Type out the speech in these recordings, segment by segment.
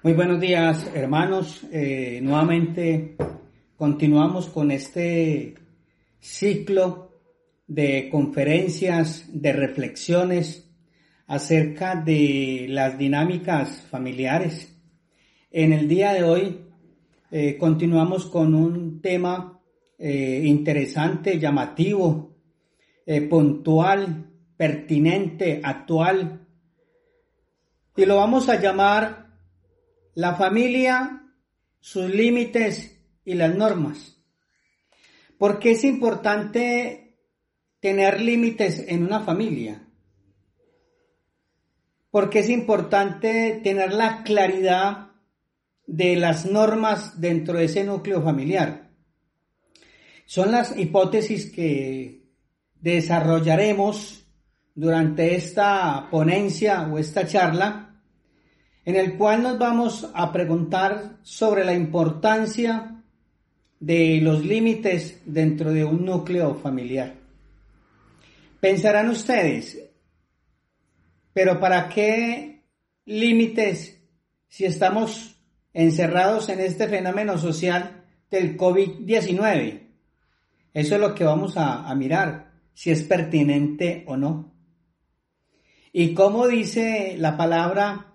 Muy buenos días, hermanos. Nuevamente continuamos con este ciclo de conferencias, de reflexiones acerca de las dinámicas familiares. En el día de hoy continuamos con un tema interesante, llamativo, puntual, pertinente, actual, y lo vamos a llamar la familia, sus límites y las normas. ¿Por qué es importante tener límites en una familia? ¿Por qué es importante tener la claridad de las normas dentro de ese núcleo familiar? Son las hipótesis que desarrollaremos durante esta ponencia o esta charla, en el cual nos vamos a preguntar sobre la importancia de los límites dentro de un núcleo familiar. Pensarán ustedes, ¿pero para qué límites si estamos encerrados en este fenómeno social del COVID-19? Eso es lo que vamos a mirar, si es pertinente o no. Y como dice la palabra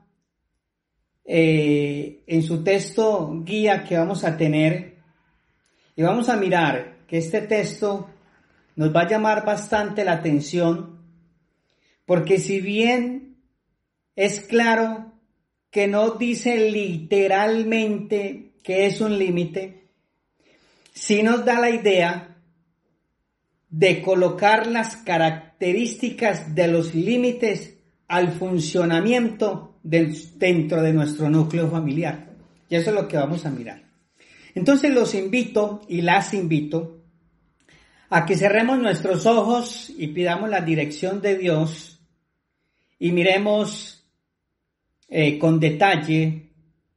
en su texto guía que vamos a tener, y vamos a mirar que este texto nos va a llamar bastante la atención, porque si bien es claro que no dice literalmente que es un límite, sí nos da la idea de colocar las características de los límites al funcionamiento dentro de nuestro núcleo familiar. Y eso es lo que vamos a mirar. Entonces los invito y las invito a que cerremos nuestros ojos y pidamos la dirección de Dios y miremos con detalle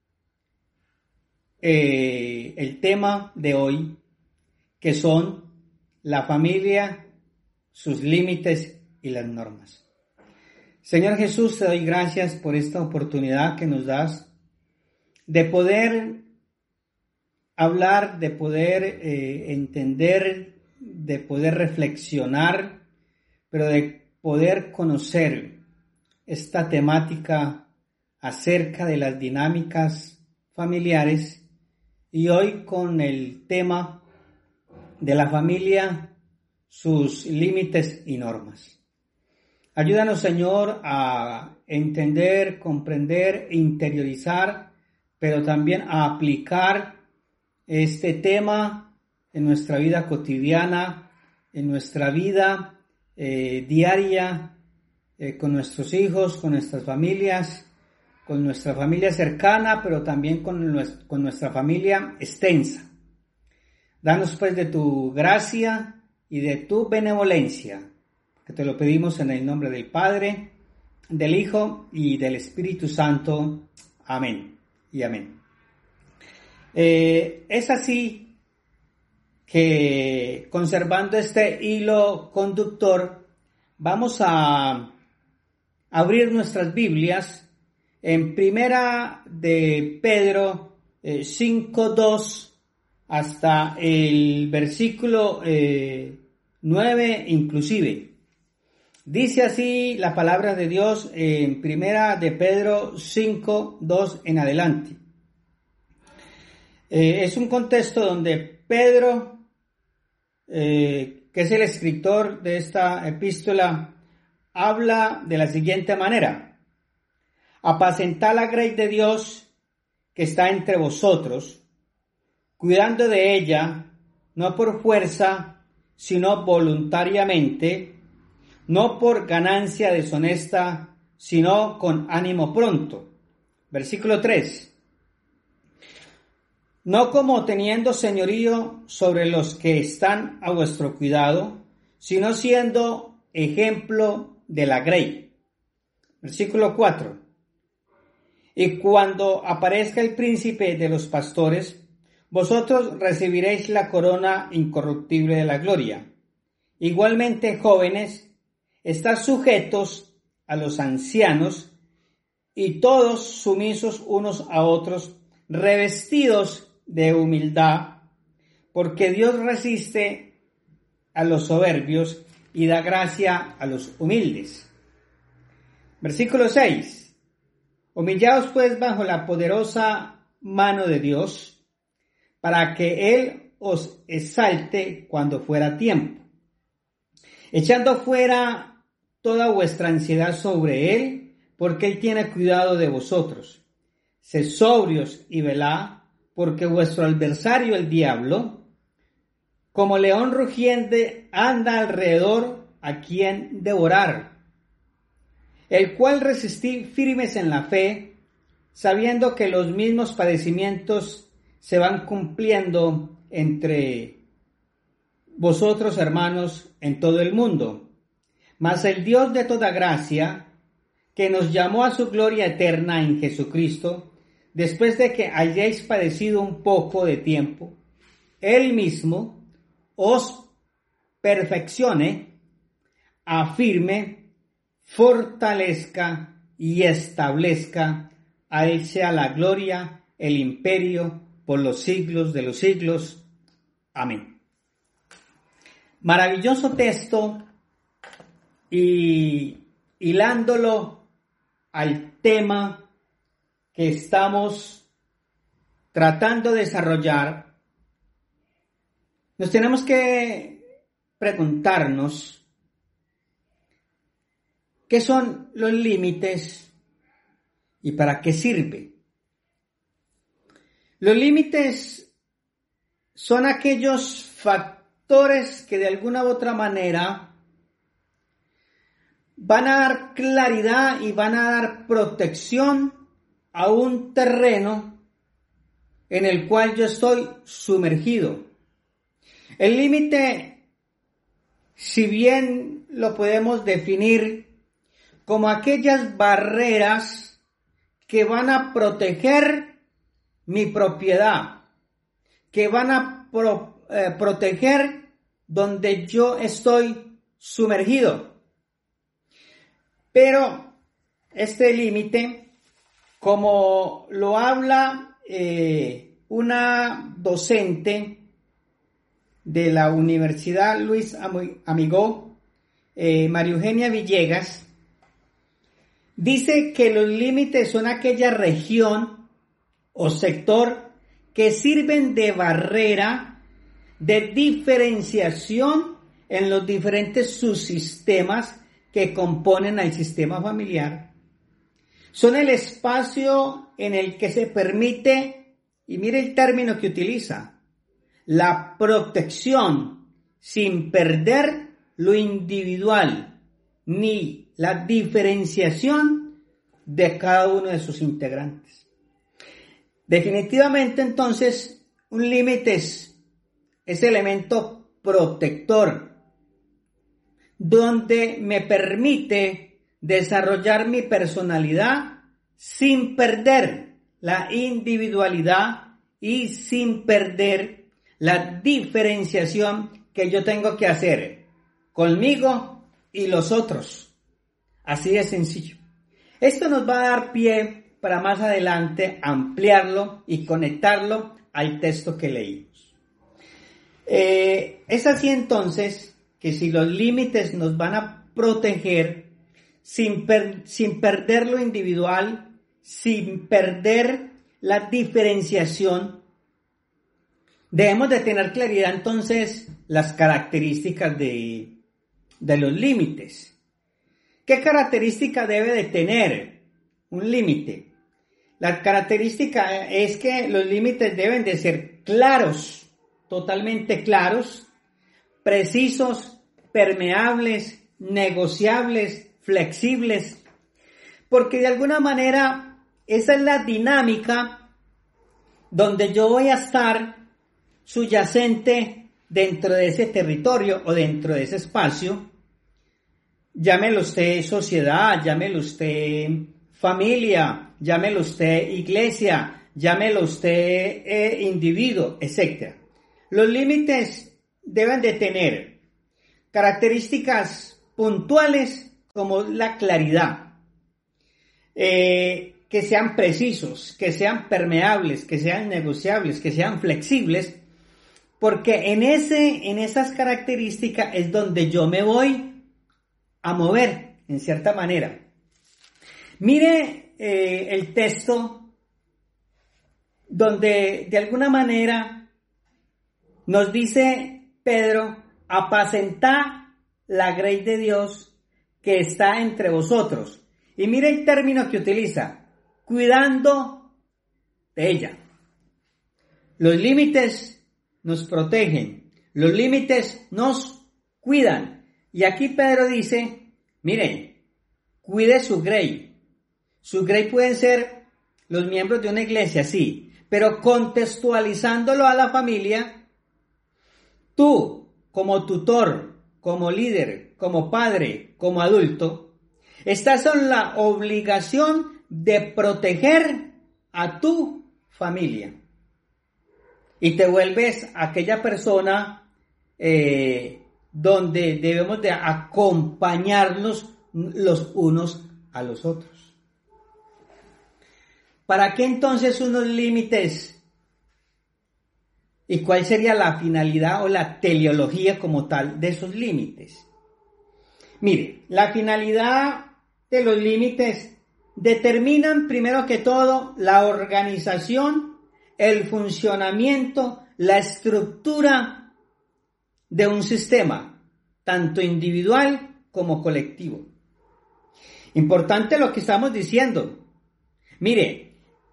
el tema de hoy, que son la familia, sus límites y las normas. Señor Jesús, te doy gracias por esta oportunidad que nos das de poder hablar, de poder entender, de poder reflexionar, pero de poder conocer esta temática acerca de las dinámicas familiares, y hoy con el tema de la familia, sus límites y normas. Ayúdanos, Señor, a entender, comprender, interiorizar, pero también a aplicar este tema en nuestra vida cotidiana, en nuestra vida diaria, con nuestros hijos, con nuestras familias, con nuestra familia cercana, pero también con nuestra familia extensa. Danos pues de tu gracia y de tu benevolencia, que te lo pedimos en el nombre del Padre, del Hijo y del Espíritu Santo. Amén y amén. Es así que, conservando este hilo conductor, vamos a abrir nuestras Biblias en Primera de Pedro 5:2 hasta el versículo 9 inclusive. Dice así la palabra de Dios en Primera de Pedro 5:2 en adelante. Es un contexto donde Pedro, que es el escritor de esta epístola, habla de la siguiente manera: apacentad la grey de Dios que está entre vosotros, cuidando de ella, no por fuerza, sino voluntariamente, no por ganancia deshonesta, sino con ánimo pronto. Versículo 3. No como teniendo señorío sobre los que están a vuestro cuidado, sino siendo ejemplo de la grey. Versículo 4. Y cuando aparezca el príncipe de los pastores, vosotros recibiréis la corona incorruptible de la gloria. Igualmente, jóvenes, estad sujetos a los ancianos y todos sumisos unos a otros, revestidos de humildad, porque Dios resiste a los soberbios y da gracia a los humildes. Versículo 6. Humillaos pues bajo la poderosa mano de Dios, para que Él os exalte cuando fuera tiempo, echando fuera toda vuestra ansiedad sobre Él, porque Él tiene cuidado de vosotros. Sed sobrios y velad, porque vuestro adversario el diablo, como león rugiente, anda alrededor a quien devorar, el cual resistid firmes en la fe, sabiendo que los mismos padecimientos se van cumpliendo entre vosotros, hermanos, en todo el mundo. Mas el Dios de toda gracia, que nos llamó a su gloria eterna en Jesucristo, después de que hayáis padecido un poco de tiempo, Él mismo os perfeccione, afirme, fortalezca y establezca. A Él sea la gloria, el imperio, por los siglos de los siglos. Amén. Maravilloso texto, y hilándolo al tema que estamos tratando de desarrollar, nos tenemos que preguntarnos qué son los límites y para qué sirve. Los límites son aquellos factores que de alguna u otra manera van a dar claridad y van a dar protección a un terreno en el cual yo estoy sumergido. El límite, si bien lo podemos definir como aquellas barreras que van a proteger mi propiedad, que van a proteger donde yo estoy sumergido. Pero este límite, como lo habla una docente de la Universidad Luis Amigó, María Eugenia Villegas, dice que los límites son aquella región o sector que sirven de barrera, de diferenciación en los diferentes subsistemas que componen al sistema familiar. Son el espacio en el que se permite, y mire el término que utiliza, la protección sin perder lo individual ni la diferenciación de cada uno de sus integrantes. Definitivamente, entonces, un límite es elemento protector, donde me permite desarrollar mi personalidad sin perder la individualidad y sin perder la diferenciación que yo tengo que hacer conmigo y los otros. Así de sencillo. Esto nos va a dar pie para más adelante ampliarlo y conectarlo al texto que leímos. Es así entonces que si los límites nos van a proteger sin perder lo individual, sin perder la diferenciación, debemos de tener claridad entonces las características de los límites. ¿Qué característica debe de tener un límite? La característica es que los límites deben de ser claros, totalmente claros, precisos, permeables, negociables, flexibles, porque de alguna manera esa es la dinámica donde yo voy a estar subyacente dentro de ese territorio o dentro de ese espacio. Llámelo usted sociedad, llámelo usted familia, llámelo usted iglesia, llámelo usted individuo, etc. Los límites deben de tener características puntuales como la claridad. que sean precisos, que sean permeables, que sean negociables, que sean flexibles, porque en esas características es donde yo me voy a mover, en cierta manera. Mire el texto donde de alguna manera nos dice Pedro: apacentad la grey de Dios que está entre vosotros. Y mire el término que utiliza: cuidando de ella. Los límites nos protegen, los límites nos cuidan. Y aquí Pedro dice: miren, cuide su grey. Su grey pueden ser los miembros de una iglesia, sí, pero contextualizándolo a la familia, tú como tutor, como líder, como padre, como adulto, estás en la obligación de proteger a tu familia. Y te vuelves aquella persona donde debemos de acompañarnos los unos a los otros. ¿Para qué entonces unos límites? ¿Y cuál sería la finalidad o la teleología como tal de esos límites? Mire, la finalidad de los límites determinan primero que todo la organización, el funcionamiento, la estructura de un sistema, tanto individual como colectivo. Importante lo que estamos diciendo. Mire,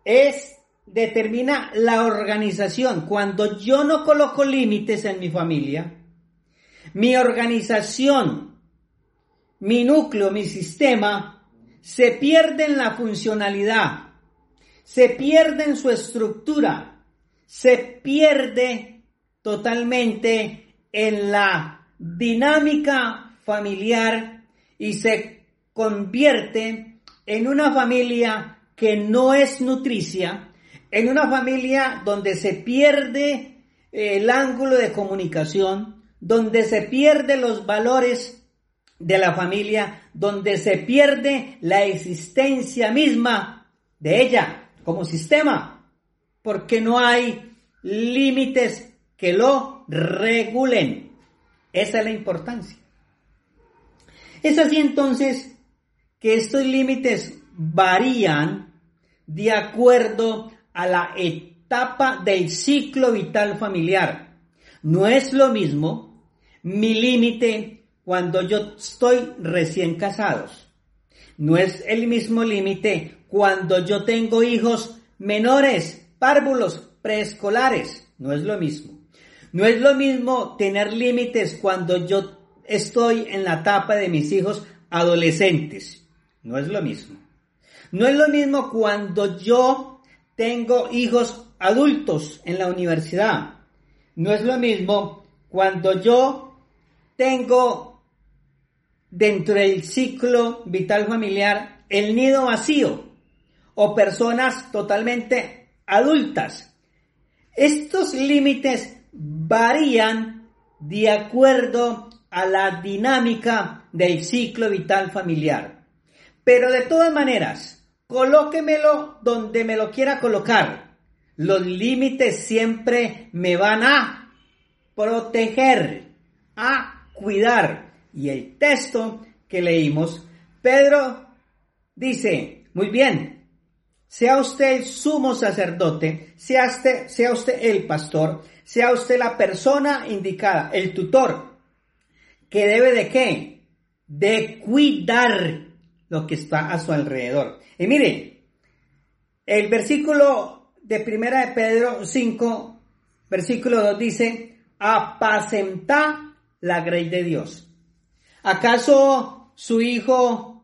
determina la organización. Cuando yo no coloco límites en mi familia, mi organización, mi núcleo, mi sistema, se pierde en la funcionalidad, se pierde en su estructura, se pierde totalmente en la dinámica familiar y se convierte en una familia que no es nutricia, en una familia donde se pierde el ángulo de comunicación, donde se pierden los valores de la familia, donde se pierde la existencia misma de ella como sistema, porque no hay límites que lo regulen. Esa es la importancia. Es así entonces que estos límites varían de acuerdo a la etapa del ciclo vital familiar. No es lo mismo mi límite cuando yo estoy recién casados. No es el mismo límite cuando yo tengo hijos menores, párvulos, preescolares. No es lo mismo. No es lo mismo tener límites cuando yo estoy en la etapa de mis hijos adolescentes. No es lo mismo. No es lo mismo cuando yo tengo hijos adultos en la universidad. No es lo mismo cuando yo tengo dentro del ciclo vital familiar el nido vacío o personas totalmente adultas. Estos límites varían de acuerdo a la dinámica del ciclo vital familiar. Pero de todas maneras, colóquemelo donde me lo quiera colocar. Los límites siempre me van a proteger, a cuidar. Y el texto que leímos, Pedro dice: muy bien, sea usted el sumo sacerdote, sea usted el pastor, sea usted la persona indicada, el tutor, que debe de ¿qué? De cuidar lo que está a su alrededor. Y mire, el versículo de primera de Pedro 5, versículo 2 dice: apacentá la grey de Dios. ¿Acaso su hijo,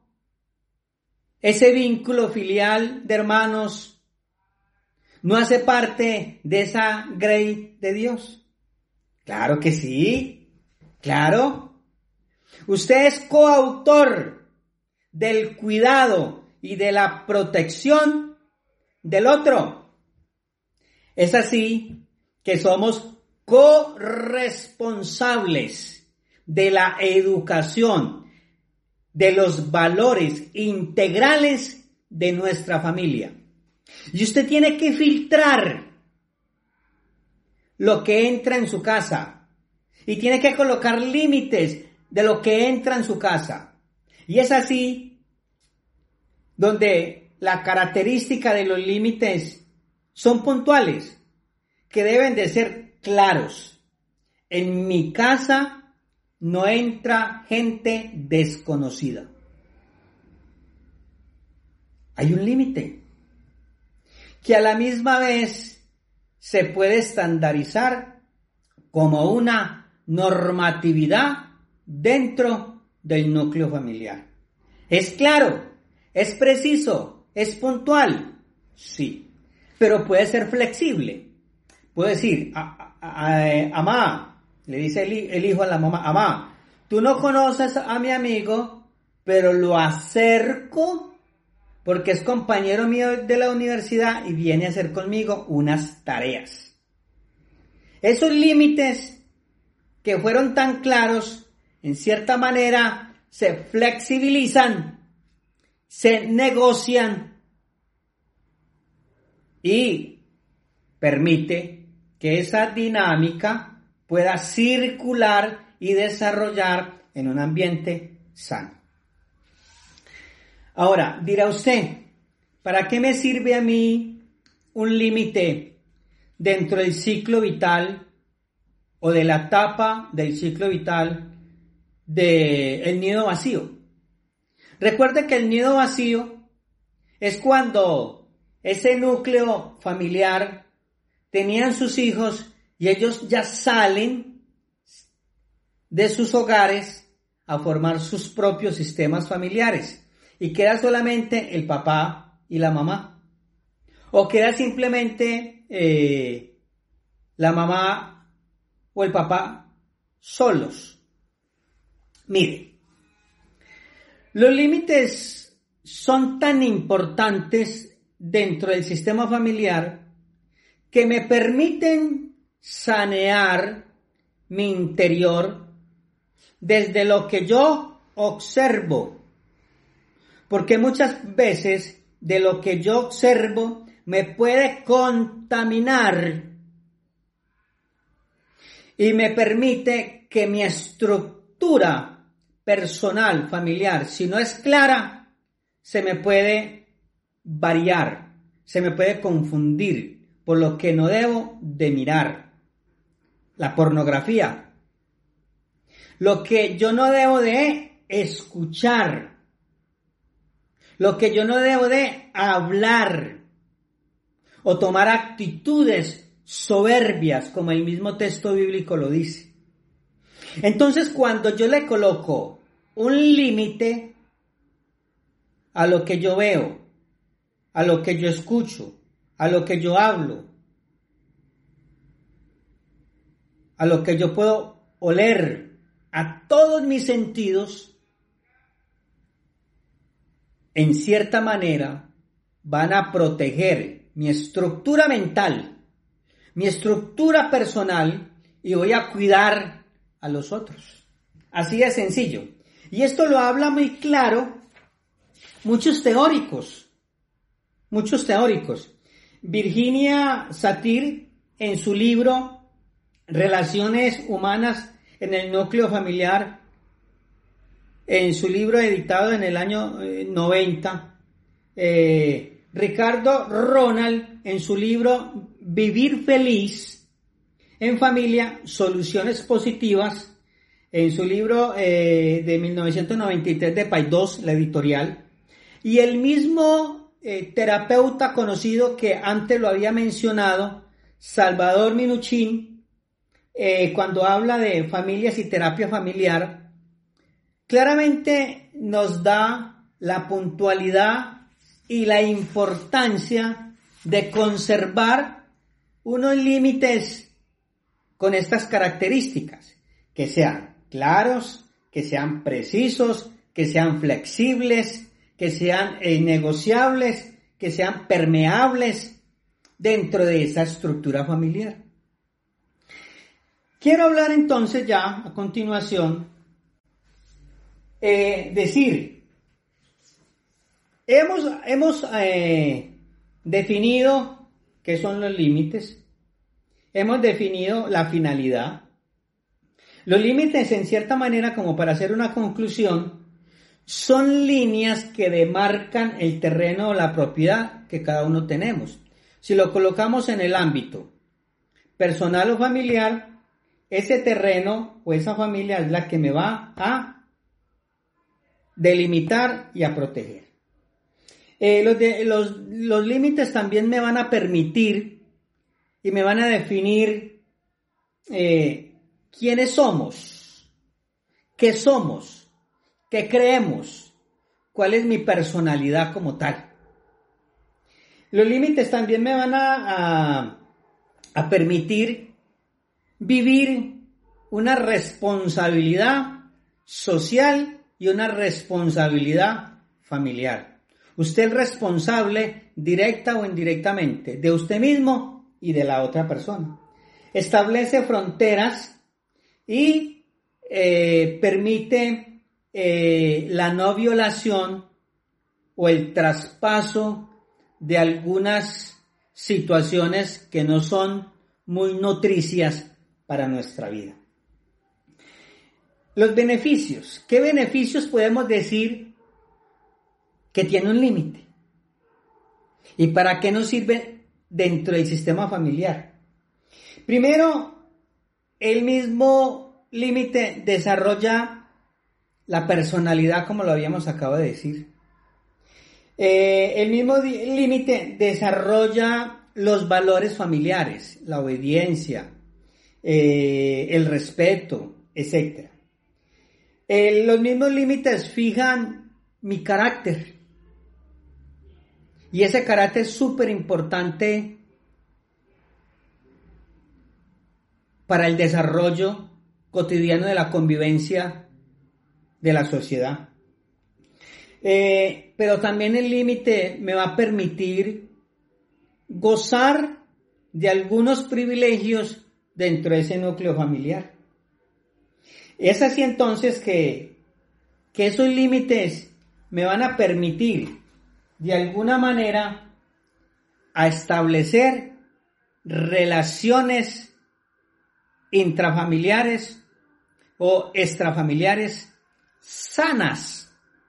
ese vínculo filial de hermanos, no hace parte de esa grey de Dios? Claro que sí, claro. Usted es coautor del cuidado y de la protección del otro. Es así que somos corresponsables de la educación, de los valores integrales de nuestra familia. Y usted tiene que filtrar lo que entra en su casa. Y tiene que colocar límites de lo que entra en su casa. Y es así donde la característica de los límites son puntuales, que deben de ser claros. En mi casa no entra gente desconocida. Hay un límite que a la misma vez se puede estandarizar como una normatividad dentro del núcleo familiar. ¿Es claro? ¿Es preciso? ¿Es puntual? Sí, pero puede ser flexible. Puede decir, amá, le dice el hijo a la mamá, amá, tú no conoces a mi amigo, pero lo acerco porque es compañero mío de la universidad y viene a hacer conmigo unas tareas. Esos límites que fueron tan claros, en cierta manera, se flexibilizan, se negocian y permite que esa dinámica pueda circular y desarrollar en un ambiente sano. Ahora, dirá usted, ¿para qué me sirve a mí un límite dentro del ciclo vital o de la etapa del ciclo vital del nido vacío? Recuerde que el nido vacío es cuando ese núcleo familiar tenían sus hijos y ellos ya salen de sus hogares a formar sus propios sistemas familiares. Y queda solamente el papá y la mamá. O queda simplemente la mamá o el papá solos. Mire, los límites son tan importantes dentro del sistema familiar que me permiten sanear mi interior desde lo que yo observo. Porque muchas veces de lo que yo observo me puede contaminar y me permite que mi estructura personal, familiar, si no es clara, se me puede variar, se me puede confundir por lo que no debo de mirar. La pornografía. Lo que yo no debo de escuchar. Lo que yo no debo de hablar o tomar actitudes soberbias, como el mismo texto bíblico lo dice. Entonces, cuando yo le coloco un límite a lo que yo veo, a lo que yo escucho, a lo que yo hablo, a lo que yo puedo oler, a todos mis sentidos, en cierta manera, van a proteger mi estructura mental, mi estructura personal y voy a cuidar a los otros. Así de sencillo. Y esto lo habla muy claro muchos teóricos. Virginia Satir, en su libro Relaciones Humanas en el Núcleo Familiar, en su libro editado en el año 90, Ricardo Ronald, en su libro Vivir Feliz en Familia, Soluciones Positivas, en su libro de 1993 de Paidós, la editorial, y el mismo terapeuta conocido que antes lo había mencionado, Salvador Minuchin, cuando habla de familias y terapia familiar, claramente nos da la puntualidad y la importancia de conservar unos límites con estas características, que sean claros, que sean precisos, que sean flexibles, que sean negociables, que sean permeables dentro de esa estructura familiar. Quiero hablar entonces ya a continuación, decir Hemos definido qué son los límites, hemos definido la finalidad. Los límites, en cierta manera, como para hacer una conclusión, son líneas que demarcan el terreno o la propiedad que cada uno tenemos. Si lo colocamos en el ámbito personal o familiar, ese terreno o esa familia es la que me va a delimitar y a proteger. Los límites también me van a permitir y me van a definir quiénes somos, qué creemos, cuál es mi personalidad como tal. Los límites también me van a permitir vivir una responsabilidad social y una responsabilidad familiar. Usted es responsable directa o indirectamente de usted mismo y de la otra persona. Establece fronteras y permite la no violación o el traspaso de algunas situaciones que no son muy nutricias para nuestra vida. Los beneficios. ¿Qué beneficios podemos decir que tiene un límite? ¿Y para qué nos sirve dentro del sistema familiar? Primero, el mismo límite desarrolla la personalidad, como lo habíamos acabado de decir. El mismo límite desarrolla los valores familiares, la obediencia, el respeto, etc. Los mismos límites fijan mi carácter. Y ese carácter es súper importante para el desarrollo cotidiano de la convivencia de la sociedad. Pero también el límite me va a permitir gozar de algunos privilegios dentro de ese núcleo familiar. Es así entonces que esos límites me van a permitir de alguna manera a establecer relaciones intrafamiliares o extrafamiliares sanas.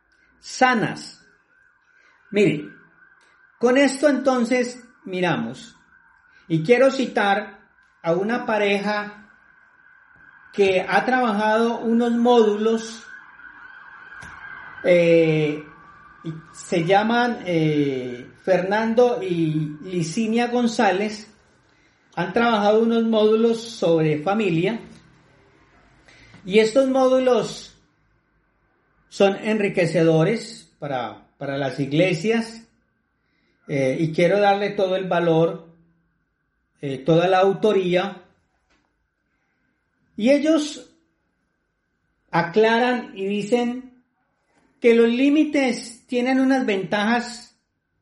Mire, con esto entonces miramos, y quiero citar a una pareja que ha trabajado unos módulos, se llaman Fernando y Licinia González. Han trabajado unos módulos sobre familia, y estos módulos son enriquecedores para las iglesias, y quiero darle todo el valor, toda la autoría. Y ellos aclaran y dicen que los límites tienen unas ventajas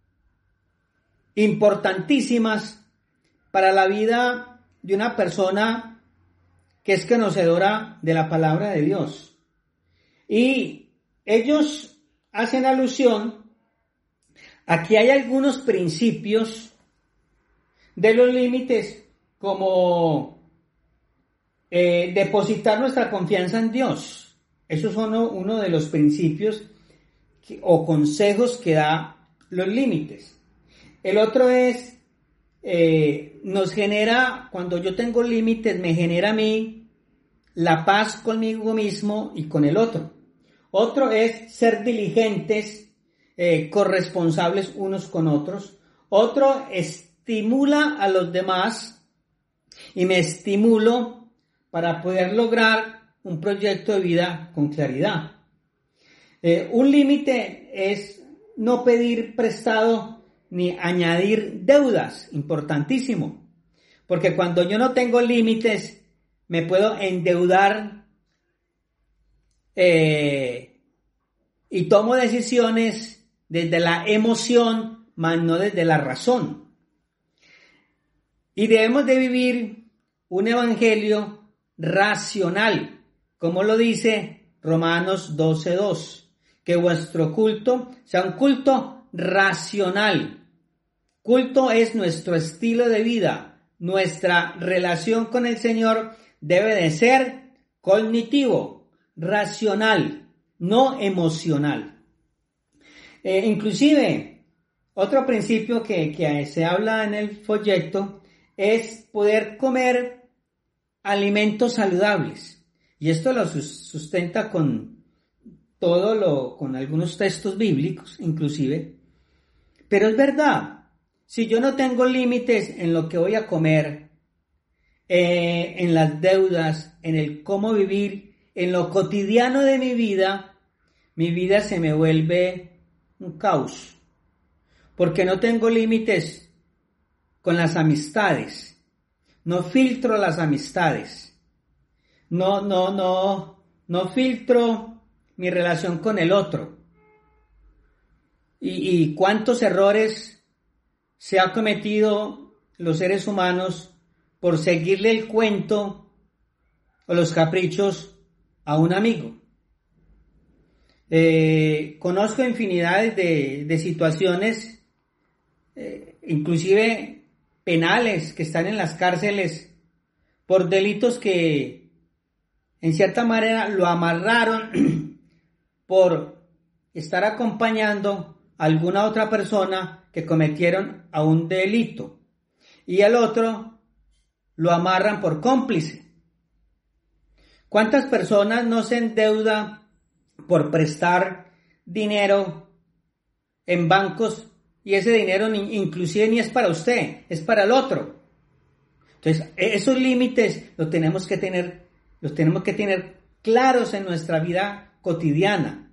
importantísimas para la vida de una persona que es conocedora de la palabra de Dios. Y ellos hacen alusión a que hay algunos principios de los límites, como depositar nuestra confianza en Dios. Esos son uno de los principios o consejos que da los límites. El otro es, nos genera, cuando yo tengo límites, me genera a mí la paz conmigo mismo y con el otro. Otro es ser diligentes, corresponsables unos con otros. Otro estimula a los demás y me estimulo para poder lograr un proyecto de vida con claridad. Un límite es no pedir prestado ni añadir deudas, importantísimo, porque cuando yo no tengo límites me puedo endeudar y tomo decisiones desde la emoción, más no desde la razón. Y debemos de vivir un evangelio racional, como lo dice Romanos 12:2, que vuestro culto sea un culto racional. Culto es nuestro estilo de vida. Nuestra relación con el Señor debe de ser cognitivo, racional, no emocional. Inclusive, otro principio que se habla en el folleto es poder comer alimentos saludables. Y esto lo sustenta con con algunos textos bíblicos, inclusive. Pero es verdad, si yo no tengo límites en lo que voy a comer, en las deudas, en el cómo vivir, en lo cotidiano de mi vida se me vuelve un caos. Porque no tengo límites con las amistades. No filtro las amistades. No filtro mi relación con el otro. Y cuántos errores se ha cometido los seres humanos por seguirle el cuento o los caprichos a un amigo. Conozco infinidades de situaciones, inclusive penales, que están en las cárceles por delitos que en cierta manera lo amarraron por estar acompañando a alguna otra persona que cometieron a un delito, y al otro lo amarran por cómplice. ¿Cuántas personas no se endeudan por prestar dinero en bancos y ese dinero inclusive ni es para usted, es para el otro? Entonces, esos límites los tenemos que tener claros en nuestra vida cotidiana.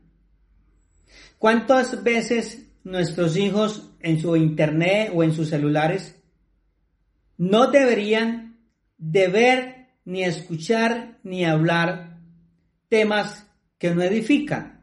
¿Cuántas veces nuestros hijos en su internet o en sus celulares no deberían de ver, ni escuchar, ni hablar temas que no edifican?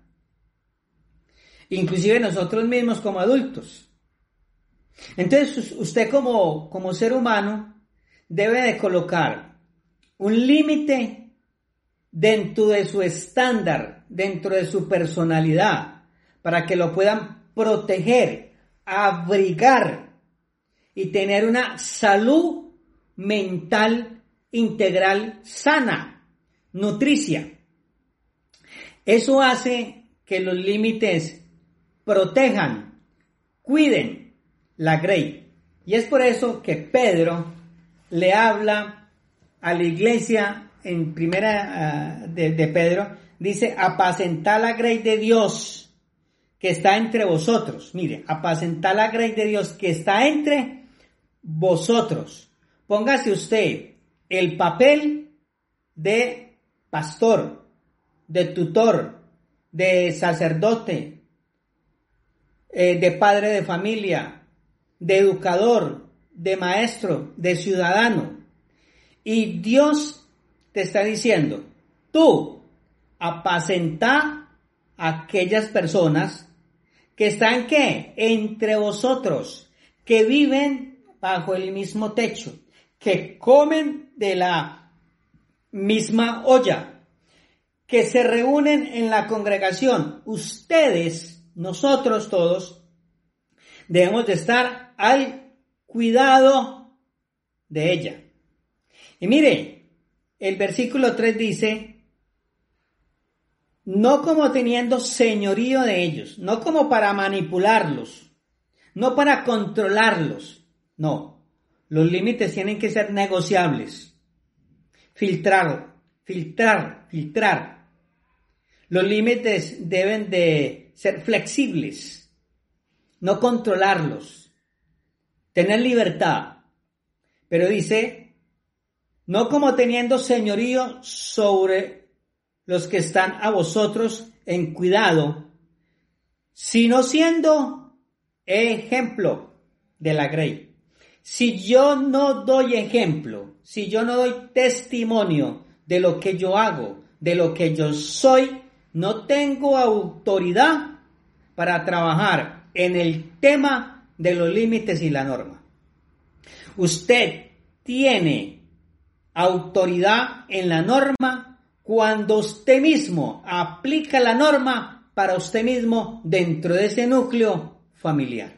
Inclusive nosotros mismos como adultos. Entonces usted como ser humano debe de colocar un límite dentro de su estándar, dentro de su personalidad, para que lo puedan proteger, abrigar y tener una salud mental integral sana, nutricia. Eso hace que los límites protejan, cuiden la grey. Y es por eso que Pedro le habla a la iglesia en primera de Pedro, dice: apacentad la grey de Dios que está entre vosotros. Mire, apacentad la grey de Dios que está entre vosotros. Póngase usted el papel de pastor, de tutor, de sacerdote, de padre de familia, de educador, de maestro, de ciudadano. Y Dios te está diciendo: tú apacentá a aquellas personas que están, ¿qué?, entre vosotros, que viven bajo el mismo techo, que comen de la misma olla, que se reúnen en la congregación. Ustedes, nosotros todos, debemos de estar al cuidado de ella. Y mire, el versículo 3 dice: no como teniendo señorío de ellos, no como para manipularlos, no para controlarlos, no. Los límites tienen que ser negociables. Filtrar. Los límites deben de ser flexibles, no controlarlos, tener libertad. Pero dice: no como teniendo señorío sobre los que están a vosotros en cuidado, sino siendo ejemplo de la grey. Si yo no doy ejemplo, si yo no doy testimonio de lo que yo hago, de lo que yo soy, no tengo autoridad para trabajar en el tema de los límites y la norma. Usted tiene autoridad en la norma cuando usted mismo aplica la norma para usted mismo dentro de ese núcleo familiar.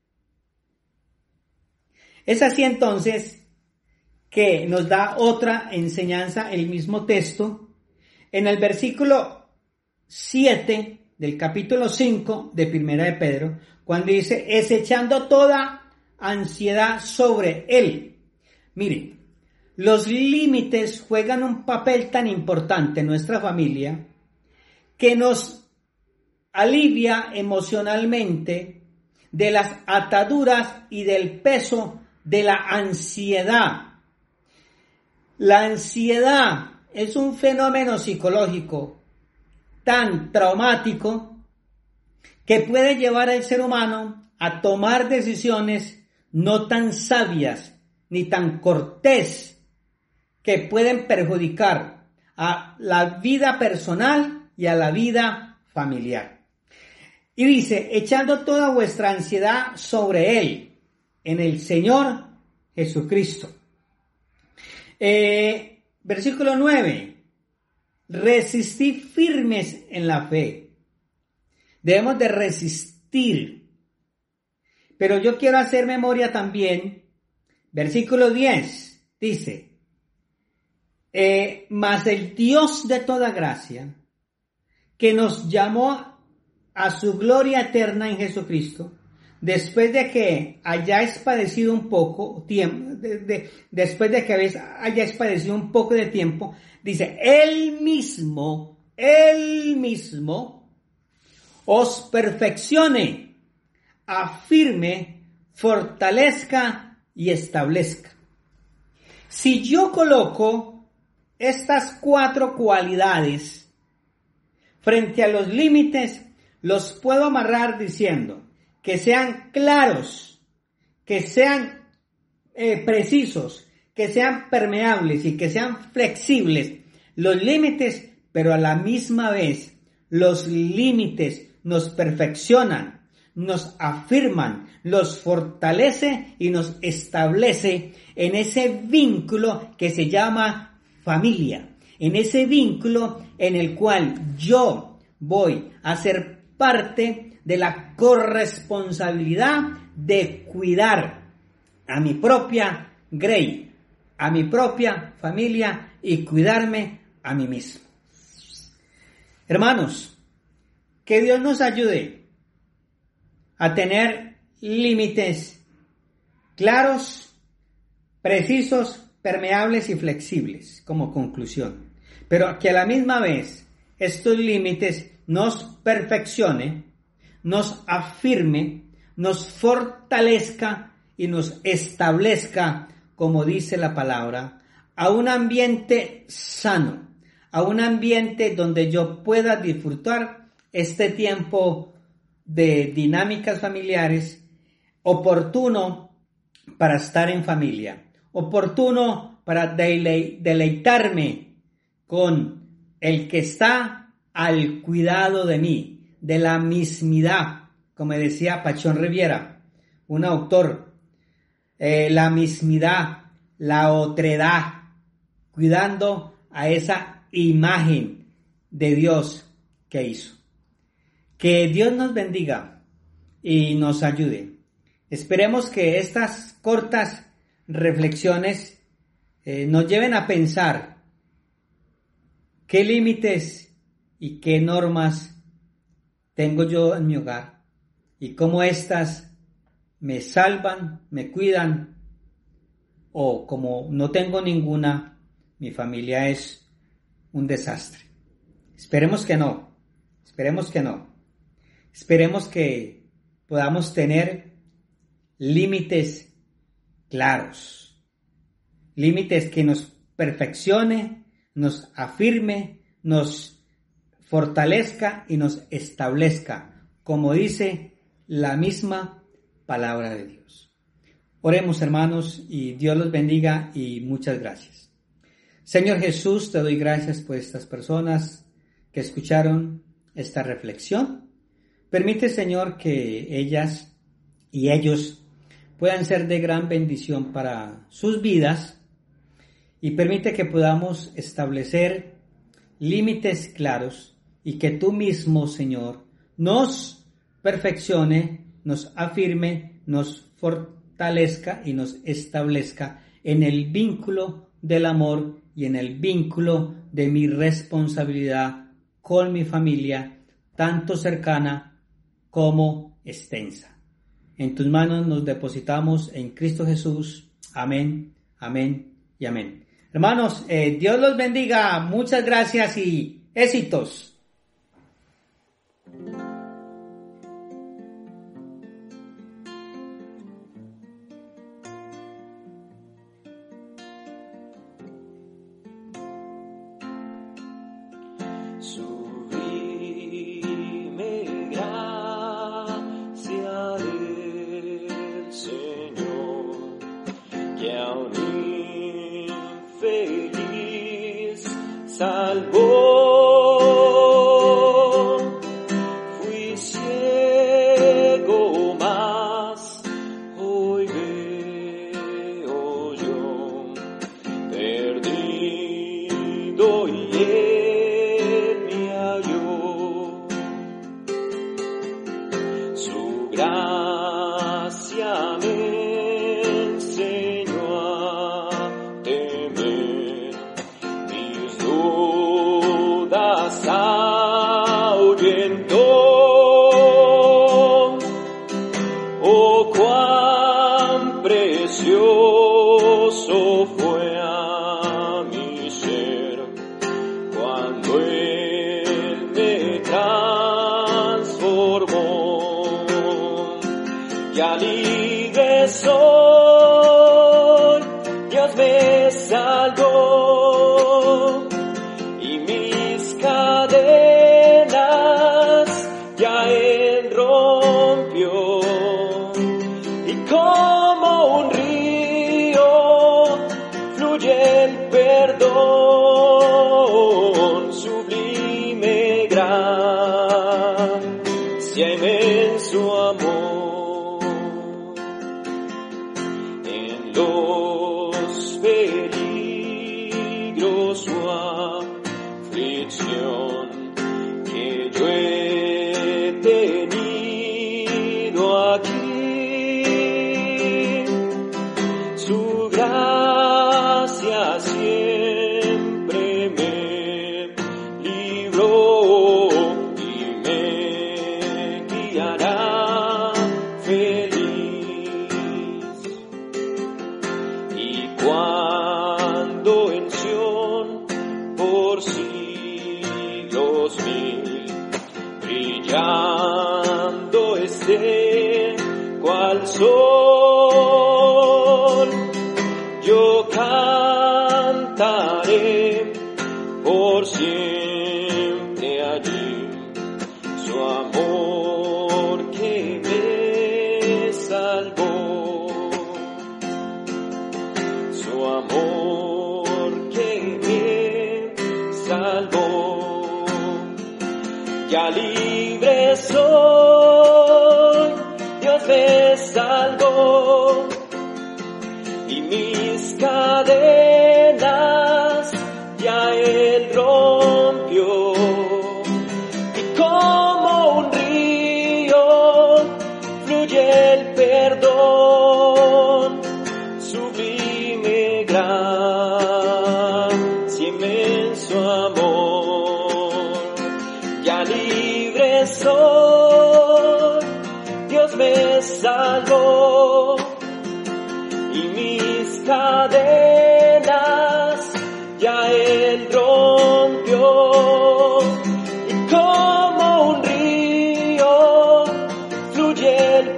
Es así entonces que nos da otra enseñanza el mismo texto en el versículo 7 del capítulo 5 de Primera de Pedro, cuando dice, es echando toda ansiedad sobre él. Mire, los límites juegan un papel tan importante en nuestra familia que nos alivia emocionalmente de las ataduras y del peso de la ansiedad. La ansiedad es un fenómeno psicológico tan traumático que puede llevar al ser humano a tomar decisiones no tan sabias ni tan cortés que pueden perjudicar a la vida personal y a la vida familiar. Y dice, echando toda vuestra ansiedad sobre Él, en el Señor Jesucristo. Versículo 9. Resistid firmes en la fe. Debemos de resistir. Pero yo quiero hacer memoria también. Versículo 10 dice, mas el Dios de toda gracia, que nos llamó a su gloria eterna en Jesucristo, después de que hayáis padecido un poco tiempo, después de que hayáis padecido un poco de tiempo, dice, Él mismo os perfeccione, afirme, fortalezca y establezca. Si yo coloco estas 4 cualidades frente a los límites, los puedo amarrar diciendo que sean claros, que sean precisos, que sean permeables y que sean flexibles los límites, pero a la misma vez los límites nos perfeccionan, nos afirman, nos fortalece y nos establece en ese vínculo que se llama familia, en ese vínculo en el cual yo voy a ser parte de la corresponsabilidad de cuidar a mi propia grey, a mi propia familia y cuidarme a mí mismo. Hermanos, que Dios nos ayude a tener límites claros, precisos, permeables y flexibles como conclusión, pero que a la misma vez estos límites nos perfeccione, nos afirme, nos fortalezca y nos establezca, como dice la palabra, a un ambiente sano, a un ambiente donde yo pueda disfrutar este tiempo de dinámicas familiares, oportuno para estar en familia, oportuno para deleitarme con el que está al cuidado de mí, de la mismidad, como decía Pachón Riviera, un autor, la mismidad, la otredad, cuidando a esa imagen de Dios que hizo. Que Dios nos bendiga y nos ayude. Esperemos que estas cortas reflexiones nos lleven a pensar qué límites y qué normas tengo yo en mi hogar y cómo éstas me salvan, me cuidan, o como no tengo ninguna, mi familia es un desastre. Esperemos que no, esperemos que no. Esperemos que podamos tener límites claros, límites que nos perfeccione, nos afirme, nos fortalezca y nos establezca, como dice la misma palabra de Dios. Oremos, hermanos, y Dios los bendiga y muchas gracias. Señor Jesús, te doy gracias por estas personas que escucharon esta reflexión. Permite, Señor, que ellas y ellos puedan ser de gran bendición para sus vidas y permite que podamos establecer límites claros y que tú mismo, Señor, nos perfeccione nos afirme, nos fortalezca y nos establezca en el vínculo del amor y en el vínculo de mi responsabilidad con mi familia, tanto cercana como extensa. En tus manos nos depositamos en Cristo Jesús. Amén, amén y amén. Hermanos, Dios los bendiga. Muchas gracias y éxitos. Sublime gracia del Señor, que a un infeliz salvó. Fui ciego, mas hoy veo yo, perdido y gracia me enseñó a temer, mis dudas ahuyentó. Oh, cuán precioso fue a mi ser cuando Él me transformó. Ya libre soy, Dios me salvó, y mis cadenas ya Él rompió, y como un río fluye el perdón, sublime gracia, inmenso amor. Los peligros su aflicción que yo he tenido aquí, su gracia siempre me libró y me guiará feliz. Cuando en Sión por siglos mil brillando esté cual sol, yo cantaré por siempre allí su amor que me salvó. Su amor que me salvó, ya libre soy, Dios me salvó, y mis cadenas ya Él rompió, y como un río fluye el perdón, sublime gracia, inmenso amor. Ya libre soy, Dios me salvó, y mis cadenas ya Él rompió, y como un río fluye el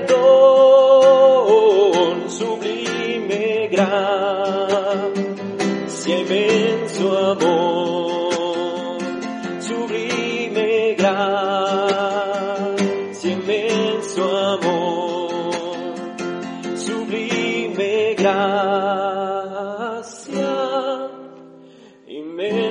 perdón, sublime gracia, inmenso amor, sublime gracia, inmenso amor, sublime gracia, inmenso